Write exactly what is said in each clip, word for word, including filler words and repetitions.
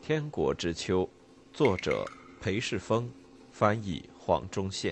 天国之秋》，作者裴世峰，翻译黄忠宪。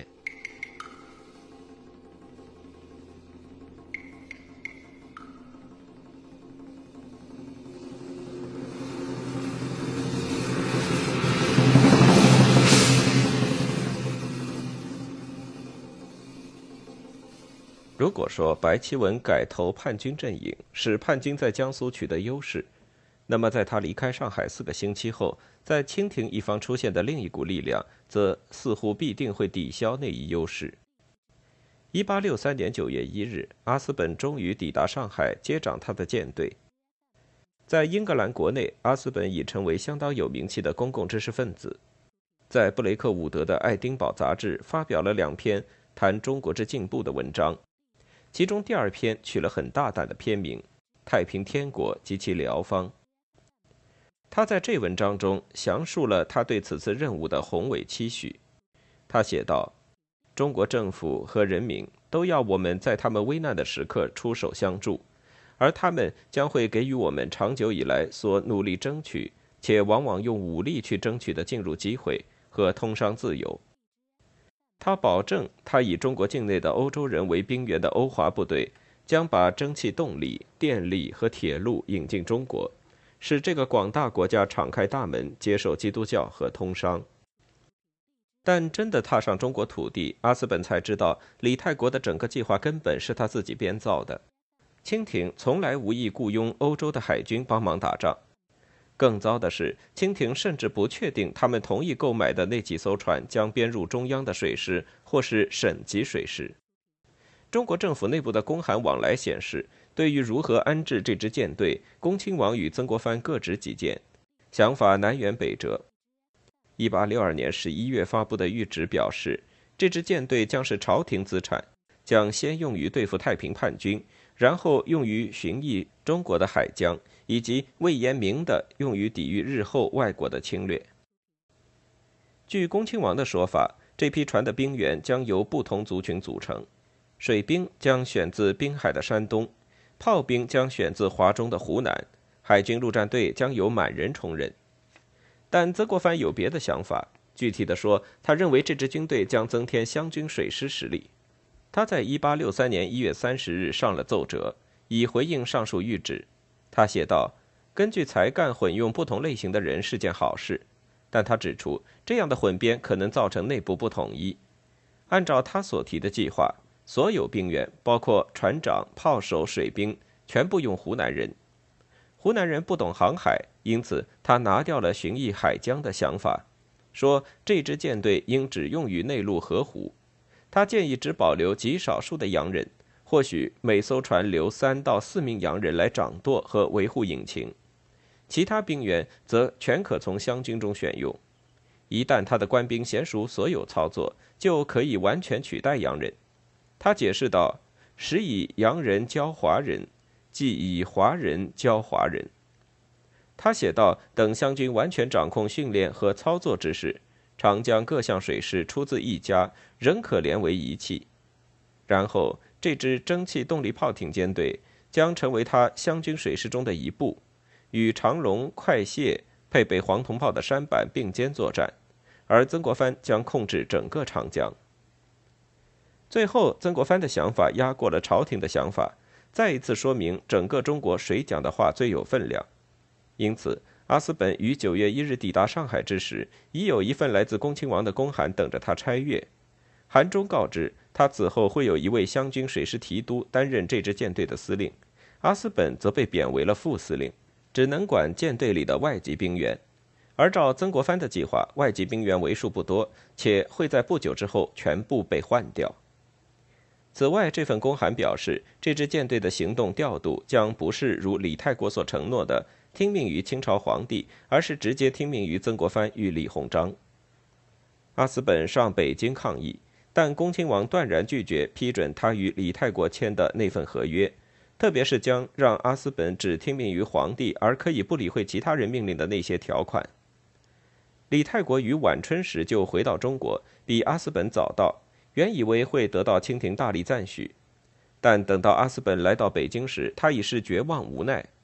如果说白其文改投叛军阵营，使叛军在江苏取得优势，那么在他离开上海四个星期后，在清廷一方出现的另一股力量，则似乎必定会抵消那一优势。一八六三年九月一日，阿斯本终于抵达上海，接掌他的舰队。在英格兰国内，阿斯本已成为相当有名气的公共知识分子，在布雷克伍德的《爱丁堡》杂志发表了两篇谈中国之进步的文章。其中第二篇取了很大胆的篇名《太平天国及其疗方》。他在这文章中详述了他对此次任务的宏伟期许。他写道：中国政府和人民都要我们在他们危难的时刻出手相助，而他们将会给予我们长久以来所努力争取，且往往用武力去争取的进入机会和通商自由。他保证，他以中国境内的欧洲人为兵源的欧华部队将把蒸汽动力、电力和铁路引进中国，使这个广大国家敞开大门，接受基督教和通商。但真的踏上中国土地，阿斯本才知道李泰国的整个计划根本是他自己编造的。清廷从来无意雇佣欧洲的海军帮忙打仗。更糟的是，清廷甚至不确定他们同意购买的那几艘船将编入中央的水师或是省级水师。中国政府内部的公函往来显示，对于如何安置这支舰队，恭亲王与曾国藩各执己见，想法南辕北辙。一八六二年十一月发布的谕旨表示，这支舰队将是朝廷资产，将先用于对付太平叛军，然后用于巡弋中国的海疆，以及未言明的用于抵御日后外国的侵略。据恭亲王的说法，这批船的兵员将由不同族群组成，水兵将选自滨海的山东，炮兵将选自华中的湖南，海军陆战队将由满人充任。但曾国藩有别的想法，具体的说，他认为这支军队将增添湘军水师实力。他在一八六三年一月三十日上了奏折，以回应上述谕旨。他写道：根据才干混用不同类型的人是件好事，但他指出，这样的混编可能造成内部不统一。按照他所提的计划，所有兵员，包括船长、炮手、水兵，全部用湖南人。湖南人不懂航海，因此他拿掉了巡弋海疆的想法，说这支舰队应只用于内陆河湖。他建议只保留极少数的洋人，或许每艘船留三到四名洋人来掌舵和维护引擎，其他兵员则全可从湘军中选用。一旦他的官兵娴熟所有操作，就可以完全取代洋人。他解释道：时以洋人教华人，即以华人教华人。他写道：等湘军完全掌控训练和操作之时，长江各项水师出自一家，仍可连为一气。然后这支蒸汽动力炮艇舰队将成为他湘军水师中的一部，与长龙、快蟹配备黄铜炮的舢板并肩作战，而曾国藩将控制整个长江。最后，曾国藩的想法压过了朝廷的想法，再一次说明整个中国谁讲的话最有分量。因此，阿斯本于九月一日抵达上海之时，已有一份来自恭亲王的公函等着他拆阅。函中告知他此后会有一位湘军水师提督担任这支舰队的司令，阿斯本则被贬为了副司令，只能管舰队里的外籍兵员。而照曾国藩的计划，外籍兵员为数不多，且会在不久之后全部被换掉。此外，这份公函表示，这支舰队的行动调度将不是如李泰国所承诺的听命于清朝皇帝，而是直接听命于曾国藩与李鸿章。阿斯本上北京抗议，但恭亲王断然拒绝批准他与李泰国签的那份合约，特别是将让阿斯本只听命于皇帝而可以不理会其他人命令的那些条款。李泰国于晚春时就回到中国，比阿斯本早到，原以为会得到清廷大力赞许，但等到阿斯本来到北京时，他已是绝望无奈。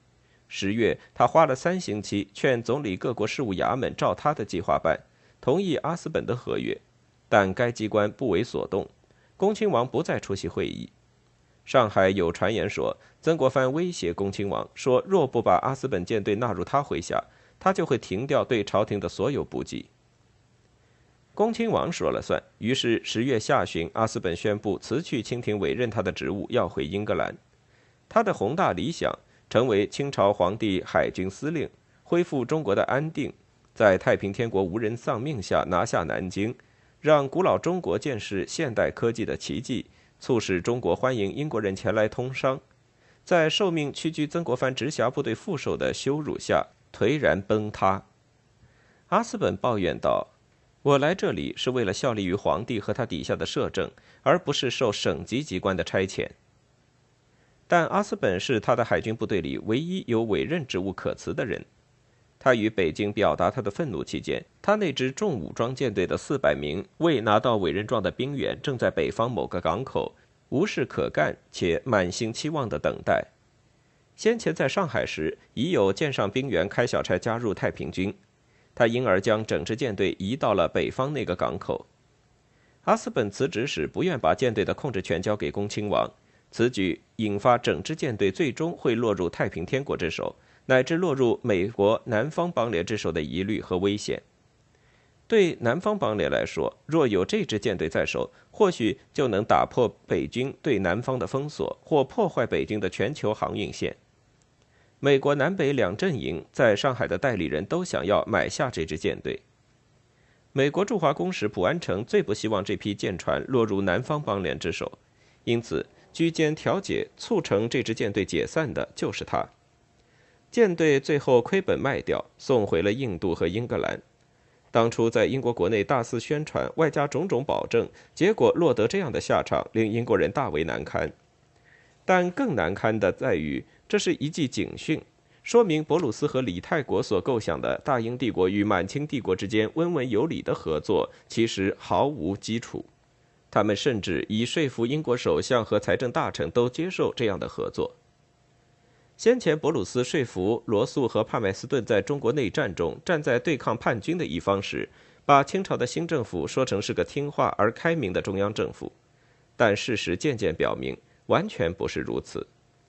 十月，他花了三星期劝总理各国事务衙门照他的计划办，同意阿斯本的合约，但该机关不为所动。恭亲王不再出席会议。上海有传言说，曾国藩威胁恭亲王说，若不把阿斯本舰队纳入他麾下，他就会停掉对朝廷的所有补给。恭亲王说了算，于是十月下旬，阿斯本宣布辞去清廷委任他的职务，要回英格兰。他的宏大理想，成为清朝皇帝海军司令，恢复中国的安定，在太平天国无人丧命下拿下南京，让古老中国见识现代科技的奇迹，促使中国欢迎英国人前来通商，在受命屈居曾国藩直辖部队副手的羞辱下，颓然崩塌。阿斯本抱怨道：“我来这里是为了效力于皇帝和他底下的摄政，而不是受省级机关的差遣。”但阿斯本是他的海军部队里唯一有委任职务可辞的人。他与北京表达他的愤怒期间，他那支重武装舰队的四百名未拿到委任状的兵员正在北方某个港口无事可干且满心期望地等待。先前在上海时，已有舰上兵员开小差加入太平军，他因而将整支舰队移到了北方那个港口。阿斯本辞职时不愿把舰队的控制权交给恭亲王，此举引发整支舰队最终会落入太平天国之手，乃至落入美国南方邦联之手的疑虑和危险。对南方邦联来说，若有这支舰队在手，或许就能打破北军对南方的封锁，或破坏北京的全球航运线。美国南北两阵营在上海的代理人都想要买下这支舰队。美国驻华公使普安城最不希望这批舰船落入南方邦联之手，因此居间调解促成这支舰队解散的就是他。舰队最后亏本卖掉，送回了印度和英格兰。当初在英国国内大肆宣传，外加种种保证，结果落得这样的下场，令英国人大为难堪。但更难堪的在于，这是一记警讯，说明博鲁斯和李泰国所构想的大英帝国与满清帝国之间温文有礼的合作，其实毫无基础。他们甚至以说服英国首相和财政大臣都接受这样的合作。先前博鲁斯说服罗素和帕麦斯顿在中国内战中站在对抗叛军的一方时，把清朝的新政府说成是个听话而开明的中央政府，但事实渐渐表明，完全不是如此。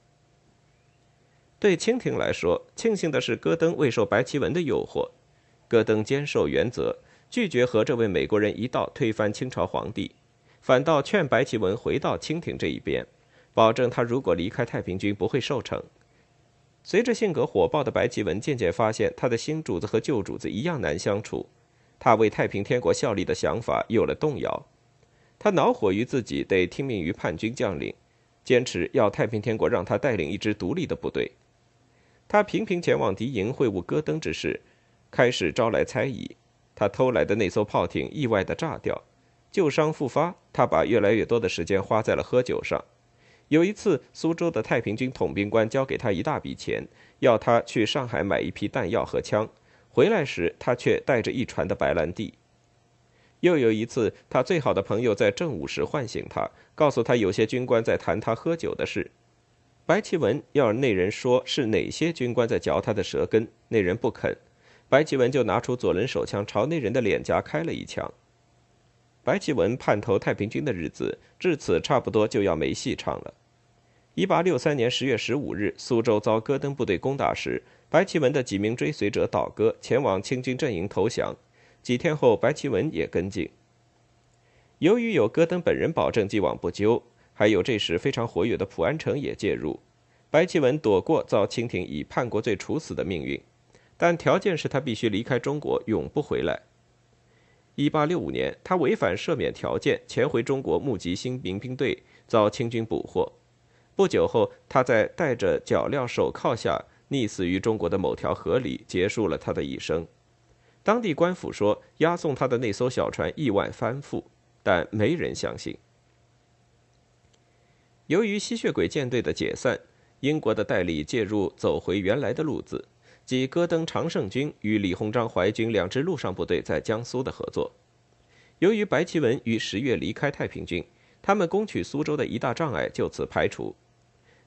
对清廷来说，庆幸的是戈登未受白旗文的诱惑。戈登坚守原则，拒绝和这位美国人一道推翻清朝皇帝，反倒劝白旗文回到清廷这一边，保证他如果离开太平军不会受惩。随着性格火爆的白旗文渐渐发现他的新主子和旧主子一样难相处，他为太平天国效力的想法有了动摇。他恼火于自己得听命于叛军将领，坚持要太平天国让他带领一支独立的部队。他频频前往敌营会晤戈登之事，开始招来猜疑。他偷来的那艘炮艇意外地炸掉，旧伤复发，他把越来越多的时间花在了喝酒上。有一次，苏州的太平军统兵官交给他一大笔钱，要他去上海买一批弹药和枪，回来时他却带着一船的白兰地。又有一次，他最好的朋友在正午时唤醒他，告诉他有些军官在谈他喝酒的事。白旗文要那人说是哪些军官在嚼他的舌根，那人不肯，白旗文就拿出左轮手枪朝那人的脸颊开了一枪。白旗文叛投太平军的日子至此差不多就要没戏唱了。一八六三年十月十五日，苏州遭戈登部队攻打时，白旗文的几名追随者倒戈，前往清军阵营投降。几天后，白旗文也跟进。由于有戈登本人保证既往不咎，还有这时非常活跃的普安城也介入，白旗文躲过遭清廷以叛国罪处死的命运，但条件是他必须离开中国，永不回来。一八六五年，他违反赦免条件，潜回中国募集新民兵队，遭清军捕获。不久后，他在戴着脚镣手铐下溺死于中国的某条河里，结束了他的一生。当地官府说，押送他的那艘小船亿万翻覆，但没人相信。由于吸血鬼舰队的解散，英国的代理介入，走回原来的路子，即戈登常胜军与李鸿章淮军两支陆上部队在江苏的合作。由于白旗文于十月离开太平军，他们攻取苏州的一大障碍就此排除。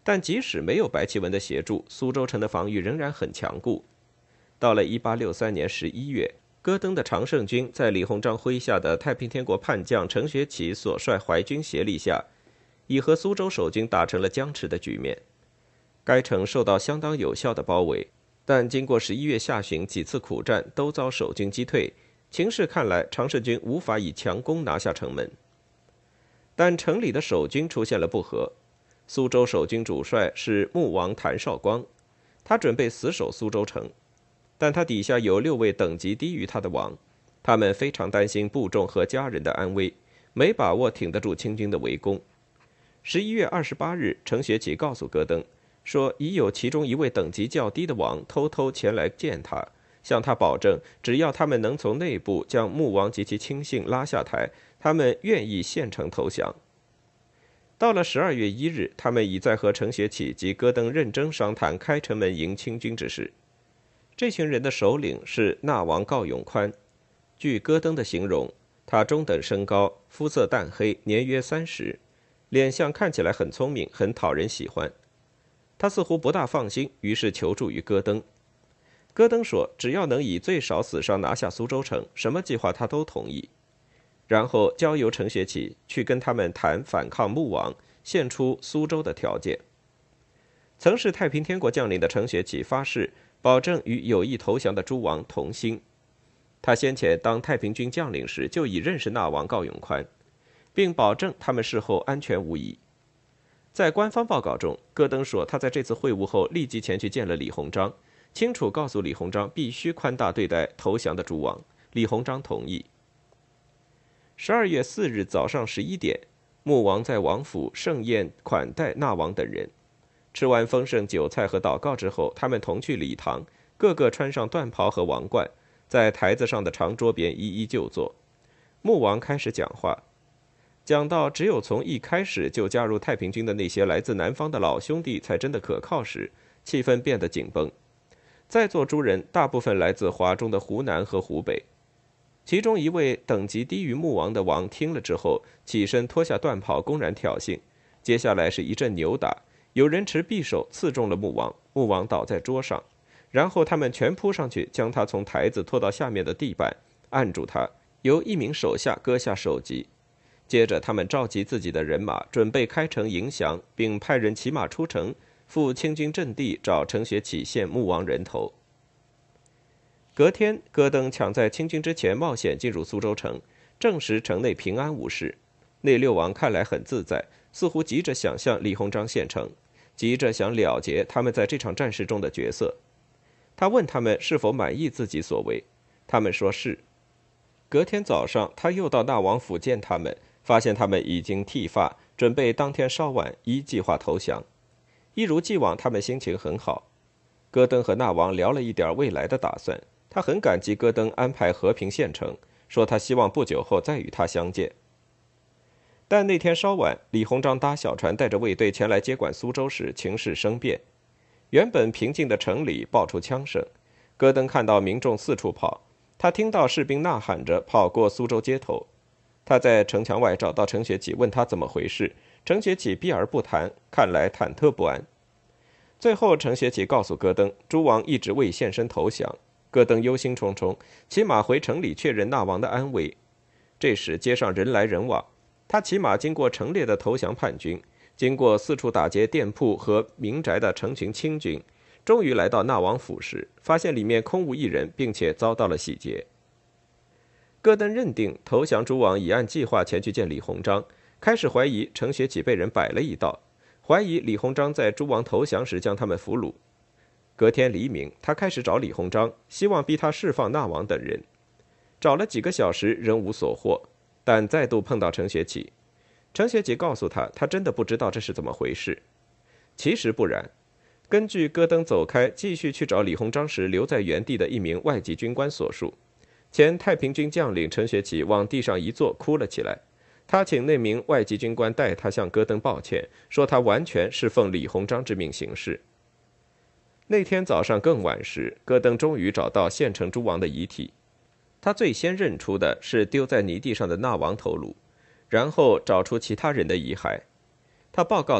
但即使没有白旗文的协助，苏州城的防御仍然很强固。到了一八六三年十一月，戈登的常胜军在李鸿章麾下的太平天国叛将陈学启所率淮军协力下，已和苏州守军打成了僵持的局面。该城受到相当有效的包围，但经过十一月下旬几次苦战，都遭守军击退。情势看来，常胜军无法以强攻拿下城门。但城里的守军出现了不和。苏州守军主帅是穆王谭绍光，他准备死守苏州城，但他底下有六位等级低于他的王，他们非常担心部众和家人的安危，没把握挺得住清军的围攻。十一月二十八日，程学启告诉戈登说，已有其中一位等级较低的王偷偷前来见他，向他保证，只要他们能从内部将穆王及其亲信拉下台，他们愿意献城投降。到了十二月一日，他们已在和程学启及戈登认真商谈开城门迎清军之事。这群人的首领是纳王告永宽。据戈登的形容，他中等身高，肤色淡黑，年约三十，脸相看起来很聪明，很讨人喜欢。他似乎不大放心，于是求助于戈登。戈登说，只要能以最少死伤拿下苏州城，什么计划他都同意。然后交由程学启去跟他们谈反抗穆王，献出苏州的条件。曾是太平天国将领的程学启发誓，保证与有意投降的诸王同心。他先前当太平军将领时就已认识纳王告永宽，并保证他们事后安全无疑。在官方报告中，戈登说他在这次会晤后立即前去见了李鸿章，清楚告诉李鸿章必须宽大对待投降的诸王。李鸿章同意。十二月四日早上十一点，穆王在王府盛宴款待纳王等人。吃完丰盛酒菜和祷告之后，他们同去礼堂，个个穿上缎袍和王冠，在台子上的长桌边一一就坐。穆王开始讲话，讲到只有从一开始就加入太平军的那些来自南方的老兄弟才真的可靠时，气氛变得紧绷。在座诸人大部分来自华中的湖南和湖北。其中一位等级低于穆王的王听了之后，起身脱下缎袍，公然挑衅。接下来是一阵扭打，有人持匕首刺中了穆王，穆王倒在桌上，然后他们全扑上去，将他从台子拖到下面的地板，按住他，由一名手下割下首级。接着他们召集自己的人马，准备开城迎降，并派人骑马出城，赴清军阵地找程学启献穆王人头。隔天，戈登抢在清军之前冒险进入苏州城，证实城内平安无事。那六王看来很自在，似乎急着想向李鸿章献城，急着想了结他们在这场战事中的角色。他问他们是否满意自己所为，他们说是。隔天早上，他又到纳王府见他们，发现他们已经剃发，准备当天稍晚依计划投降。一如既往，他们心情很好。戈登和纳王聊了一点未来的打算。他很感激戈登安排和平献城，说他希望不久后再与他相见。但那天稍晚，李鸿章搭小船带着卫队前来接管苏州时，情势生变。原本平静的城里爆出枪声，戈登看到民众四处跑，他听到士兵呐喊着跑过苏州街头。他在城墙外找到程学启，问他怎么回事。程学启避而不谈，看来忐忑不安。最后，程学启告诉戈登，诸王一直未现身投降。戈登忧心忡忡，骑马回城里确认纳王的安危。这时街上人来人往，他骑马经过成列的投降叛军，经过四处打劫店铺和民宅的成群清军，终于来到纳王府时，发现里面空无一人，并且遭到了洗劫。戈登认定投降诸王已按计划前去见李鸿章，开始怀疑程学启被人摆了一道，怀疑李鸿章在诸王投降时将他们俘虏。隔天黎明，他开始找李鸿章，希望逼他释放纳王等人。找了几个小时，仍无所获，但再度碰到程学启。程学启告诉他，他真的不知道这是怎么回事。其实不然，根据戈登走开继续去找李鸿章时留在原地的一名外籍军官所述，前太平军将领程学启往地上一坐，哭了起来。他请那名外籍军官代他向戈登抱歉，说他完全是奉李鸿章之命行事。那天早上更晚时，戈登终于找到县城诸王的遗体。他最先认出的是丢在泥地上的纳王头颅，然后找出其他人的遗骸。他报告道，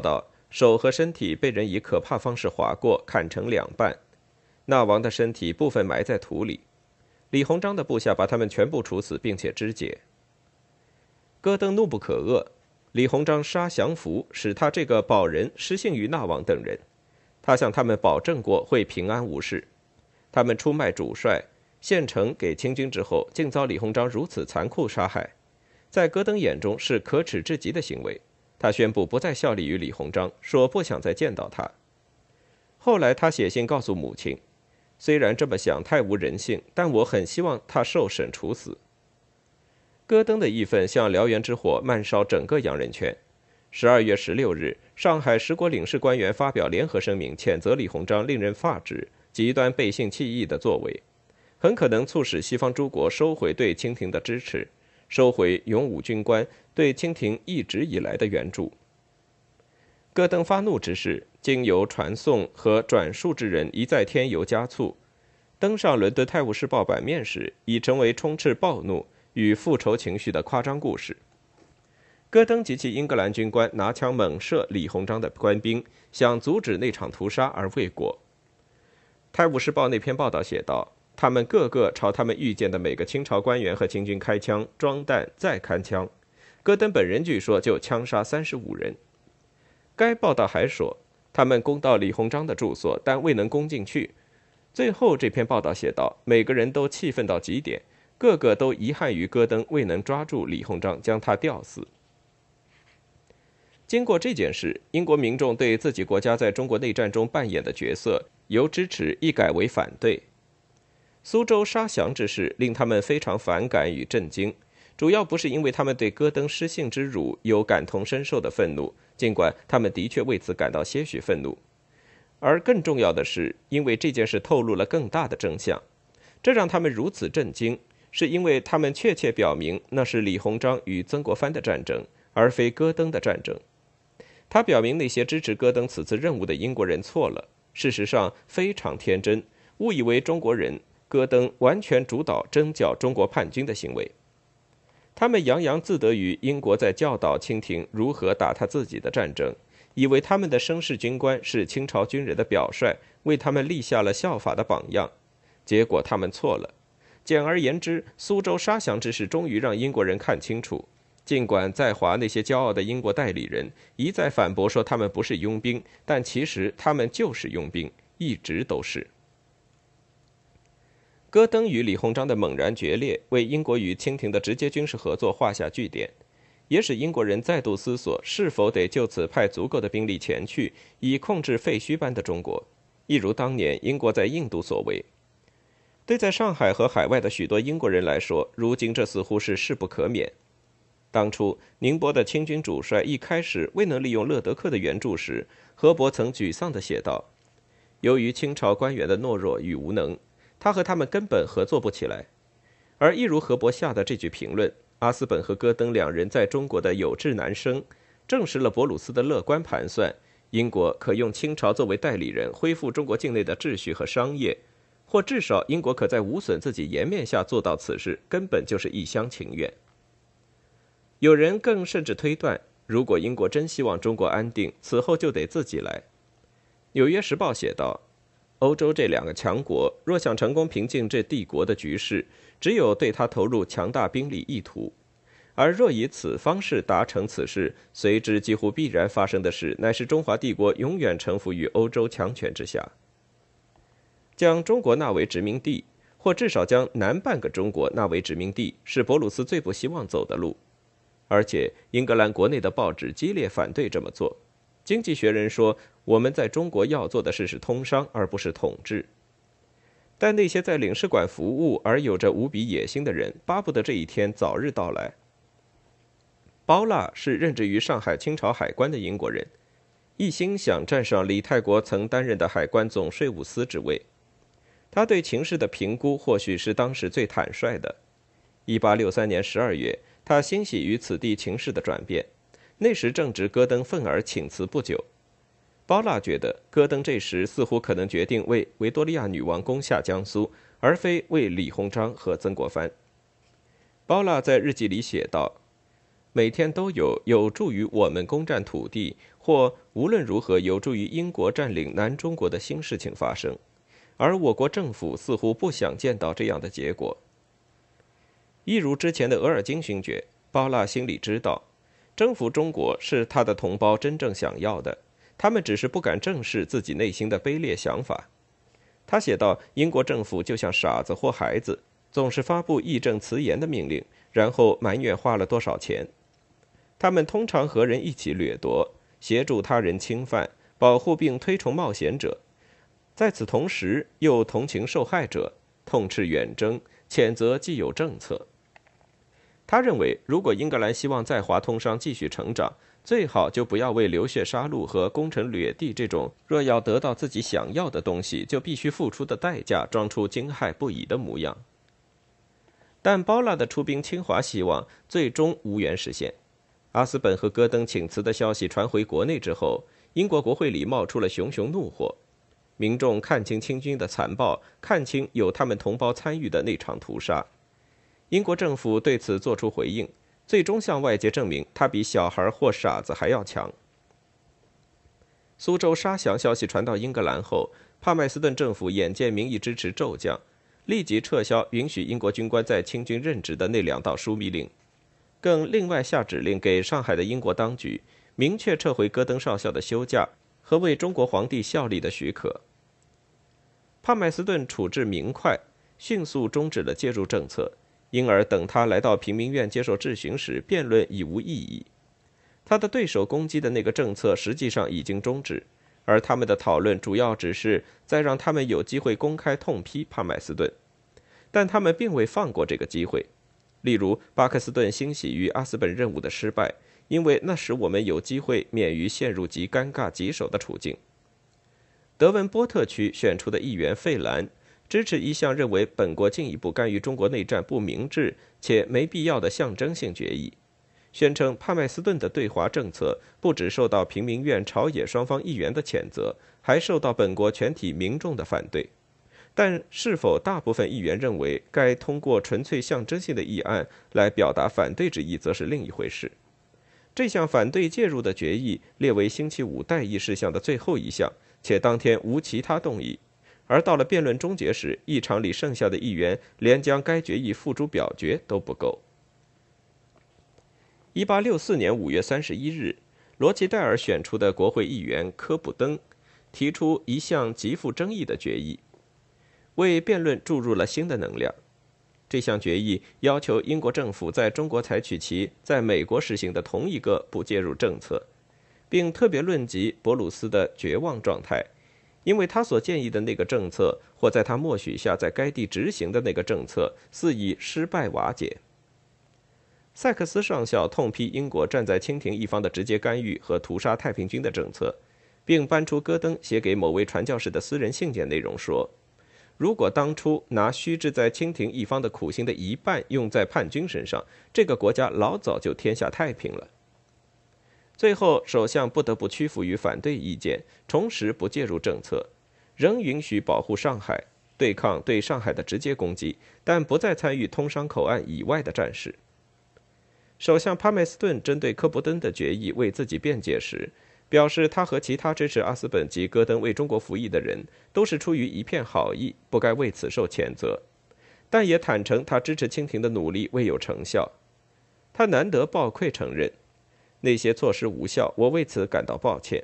手和身体被人以可怕方式划过，砍成两半。那王的身体部分埋在土里。李鸿章的部下把他们全部处死，并且肢解。戈登怒不可遏，李鸿章杀降服，使他这个保人失信于那王等人。他向他们保证过会平安无事。他们出卖主帅，献城给清军之后，竟遭李鸿章如此残酷杀害，在戈登眼中是可耻至极的行为。他宣布不再效力于李鸿章，说不想再见到他。后来他写信告诉母亲，虽然这么想太无人性，但我很希望他受审处死。戈登的义愤像燎原之火，漫烧整个洋人圈。十二月十六日，上海十国领事官员发表联合声明，谴责李鸿章令人发指、极端背信弃义的作为，很可能促使西方诸国收回对清廷的支持，收回勇武军官对清廷一直以来的援助。戈登发怒之时，经由传送和转述之人一再添油加醋，登上伦敦《泰晤士报》版面时，已成为充斥暴怒与复仇情绪的夸张故事。戈登及其英格兰军官拿枪猛射李鸿章的官兵，想阻止那场屠杀而未果。《泰晤士报》那篇报道写道，他们个个朝他们遇见的每个清朝官员和清军开枪、装弹、再开枪。戈登本人据说就枪杀三十五人。该报道还说，他们攻到李鸿章的住所，但未能攻进去。最后这篇报道写道，每个人都气愤到极点，个个都遗憾于戈登未能抓住李鸿章，将他吊死。经过这件事，英国民众对自己国家在中国内战中扮演的角色，由支持一改为反对。苏州杀降之事令他们非常反感与震惊，主要不是因为他们对戈登失信之辱有感同身受的愤怒，尽管他们的确为此感到些许愤怒，而更重要的是，因为这件事透露了更大的真相。这让他们如此震惊，是因为他们确切表明那是李鸿章与曾国藩的战争，而非戈登的战争。他表明那些支持戈登此次任务的英国人错了，事实上非常天真，误以为中国人戈登完全主导征剿中国叛军的行为。他们洋洋自得于英国在教导清廷如何打他自己的战争，以为他们的声势军官是清朝军人的表率，为他们立下了效法的榜样。结果他们错了。简而言之，苏州杀降之事终于让英国人看清楚，尽管在华那些骄傲的英国代理人一再反驳说他们不是佣兵，但其实他们就是佣兵，一直都是。戈登与李鸿章的猛然决裂，为英国与清廷的直接军事合作画下句点，也使英国人再度思索是否得就此派足够的兵力前去，以控制废墟般的中国，一如当年英国在印度所为。对在上海和海外的许多英国人来说，如今这似乎是势不可免。当初宁波的清军主帅一开始未能利用勒德克的援助时，何伯曾沮丧地写道，由于清朝官员的懦弱与无能，他和他们根本合作不起来。而一如何伯下的这句评论，阿斯本和戈登两人在中国的有志难伸，证实了博鲁斯的乐观盘算，英国可用清朝作为代理人恢复中国境内的秩序和商业，或至少英国可在无损自己颜面下做到此事，根本就是一厢情愿。有人更甚至推断，如果英国真希望中国安定，此后就得自己来。纽约时报写道，欧洲这两个强国若想成功平静这帝国的局势，只有对他投入强大兵力意图，而若以此方式达成此事，随之几乎必然发生的事，乃是中华帝国永远臣服于欧洲强权之下。将中国纳为殖民地，或至少将南半个中国纳为殖民地，是博鲁斯最不希望走的路。而且英格兰国内的报纸激烈反对这么做。经济学人说，我们在中国要做的事是通商，而不是统治。但那些在领事馆服务而有着无比野心的人，巴不得这一天早日到来。包腊是任职于上海清朝海关的英国人，一心想站上李泰国曾担任的海关总税务司职位。他对情势的评估或许是当时最坦率的。一八六三年十二月，他欣喜于此地情势的转变，那时正值戈登愤而请辞不久。包腊觉得戈登这时似乎可能决定为维多利亚女王攻下江苏，而非为李鸿章和曾国藩。包腊在日记里写道， 每天都有有助于我们攻占土地，或无论如何有助于英国占领南中国的新事情发生，而我国政府似乎不想见到这样的结果。一如之前的额尔金勋爵，包剌心里知道，征服中国是他的同胞真正想要的，他们只是不敢正视自己内心的卑劣想法。他写道，英国政府就像傻子或孩子，总是发布义正辞严的命令，然后埋怨花了多少钱。他们通常和人一起掠夺，协助他人侵犯，保护并推崇冒险者，在此同时又同情受害者，痛斥远征，谴责既有政策。他认为，如果英格兰希望在华通商继续成长，最好就不要为流血杀戮和攻城掠地这种若要得到自己想要的东西就必须付出的代价装出惊骇不已的模样。但包剌的出兵侵华希望最终无缘实现。阿斯本和戈登请辞的消息传回国内之后，英国国会里冒出了熊熊怒火。民众看清清军的残暴，看清有他们同胞参与的那场屠杀。英国政府对此作出回应，最终向外界证明他比小孩或傻子还要强。苏州杀降消息传到英格兰后，帕麦斯顿政府眼见民意支持骤降，立即撤销允许英国军官在清军任职的那两道枢密令，更另外下指令给上海的英国当局，明确撤回戈登少校的休假和为中国皇帝效力的许可。帕麦斯顿处置明快，迅速终止了介入政策，因而等他来到平民院接受质询时，辩论已无意义。他的对手攻击的那个政策实际上已经终止，而他们的讨论主要只是在让他们有机会公开痛批帕麦斯顿，但他们并未放过这个机会。例如，巴克斯顿欣喜于阿斯本任务的失败，因为那使我们有机会免于陷入极尴尬棘手的处境。德文波特区选出的议员费兰支持一项认为本国进一步干预中国内战不明智且没必要的象征性决议，宣称帕麦斯顿的对华政策不只受到平民院朝野双方议员的谴责，还受到本国全体民众的反对。但是否大部分议员认为该通过纯粹象征性的议案来表达反对之意，则是另一回事。这项反对介入的决议列为星期五待议事项的最后一项，且当天无其他动议。而到了辩论终结时，议场里剩下的议员连将该决议付诸表决都不够。一八六四年五月三十一日，罗奇戴尔选出的国会议员科普登提出一项极富争议的决议，为辩论注入了新的能量。这项决议要求英国政府在中国采取其在美国实行的同一个不介入政策，并特别论及博鲁斯的绝望状态，因为他所建议的那个政策，或在他默许下在该地执行的那个政策，似已失败瓦解。塞克斯上校痛批英国站在清廷一方的直接干预和屠杀太平军的政策，并搬出戈登写给某位传教士的私人信件内容说，如果当初拿须知在清廷一方的苦心的一半用在叛军身上，这个国家老早就天下太平了。最后，首相不得不屈服于反对意见，重拾不介入政策，仍允许保护上海，对抗对上海的直接攻击，但不再参与通商口岸以外的战事。首相帕麦斯顿针对科伯登的决议为自己辩解时，表示他和其他支持阿斯本及戈登为中国服役的人都是出于一片好意，不该为此受谴责，但也坦诚他支持清廷的努力未有成效。他难得抱愧承认，那些措施无效，我为此感到抱歉。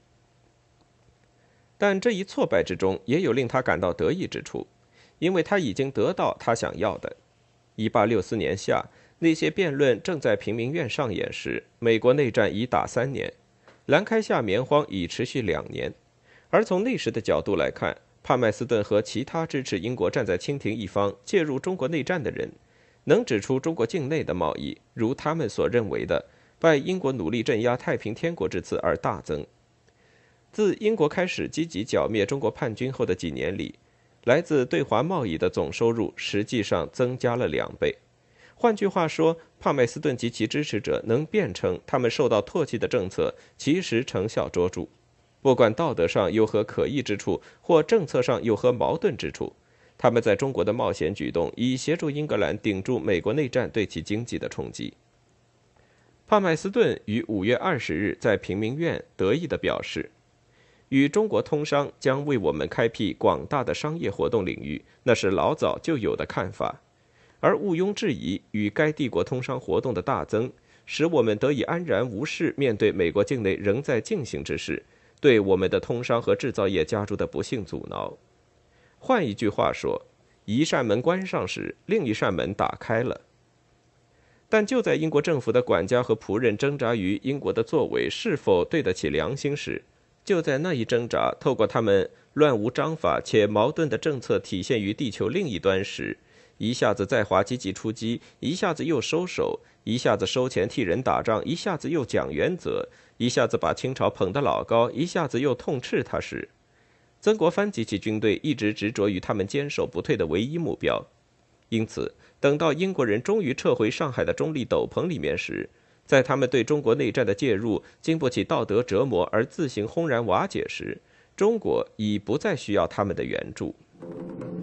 但这一挫败之中也有令他感到得意之处，因为他已经得到他想要的。一八六四年夏，那些辩论正在平民院上演时，美国内战已打三年，兰开夏棉荒已持续两年。而从那时的角度来看，帕麦斯顿和其他支持英国站在清廷一方介入中国内战的人，能指出中国境内的贸易如他们所认为的拜英国努力镇压太平天国之赐而大增。自英国开始积极剿灭中国叛军后的几年里，来自对华贸易的总收入实际上增加了两倍。换句话说，帕麦斯顿及其支持者能辩称他们受到唾弃的政策其实成效卓著，不管道德上有何可疑之处，或政策上有何矛盾之处，他们在中国的冒险举动已协助英格兰顶住美国内战对其经济的冲击。 帕麦斯顿于五月二十日在平民院得意地表示：“与中国通商将为我们开辟广大的商业活动领域，那是老早就有的看法。而毋庸置疑，与该帝国通商活动的大增，使我们得以安然无事面对美国境内仍在进行之事，对我们的通商和制造业加诸的不幸阻挠。换一句话说，一扇门关上时，另一扇门打开了。”但就在英国政府的管家和仆人挣扎于英国的作为是否对得起良心时，就在那一挣扎透过他们乱无章法且矛盾的政策体现于地球另一端时，一下子在华积极出击，一下子又收手，一下子收钱替人打仗，一下子又讲原则，一下子把清朝捧得老高，一下子又痛斥他时，曾国藩及其军队一直执着于他们坚守不退的唯一目标。因此，等到英国人终于撤回上海的中立斗篷里面时，在他们对中国内战的介入经不起道德折磨而自行轰然瓦解时，中国已不再需要他们的援助。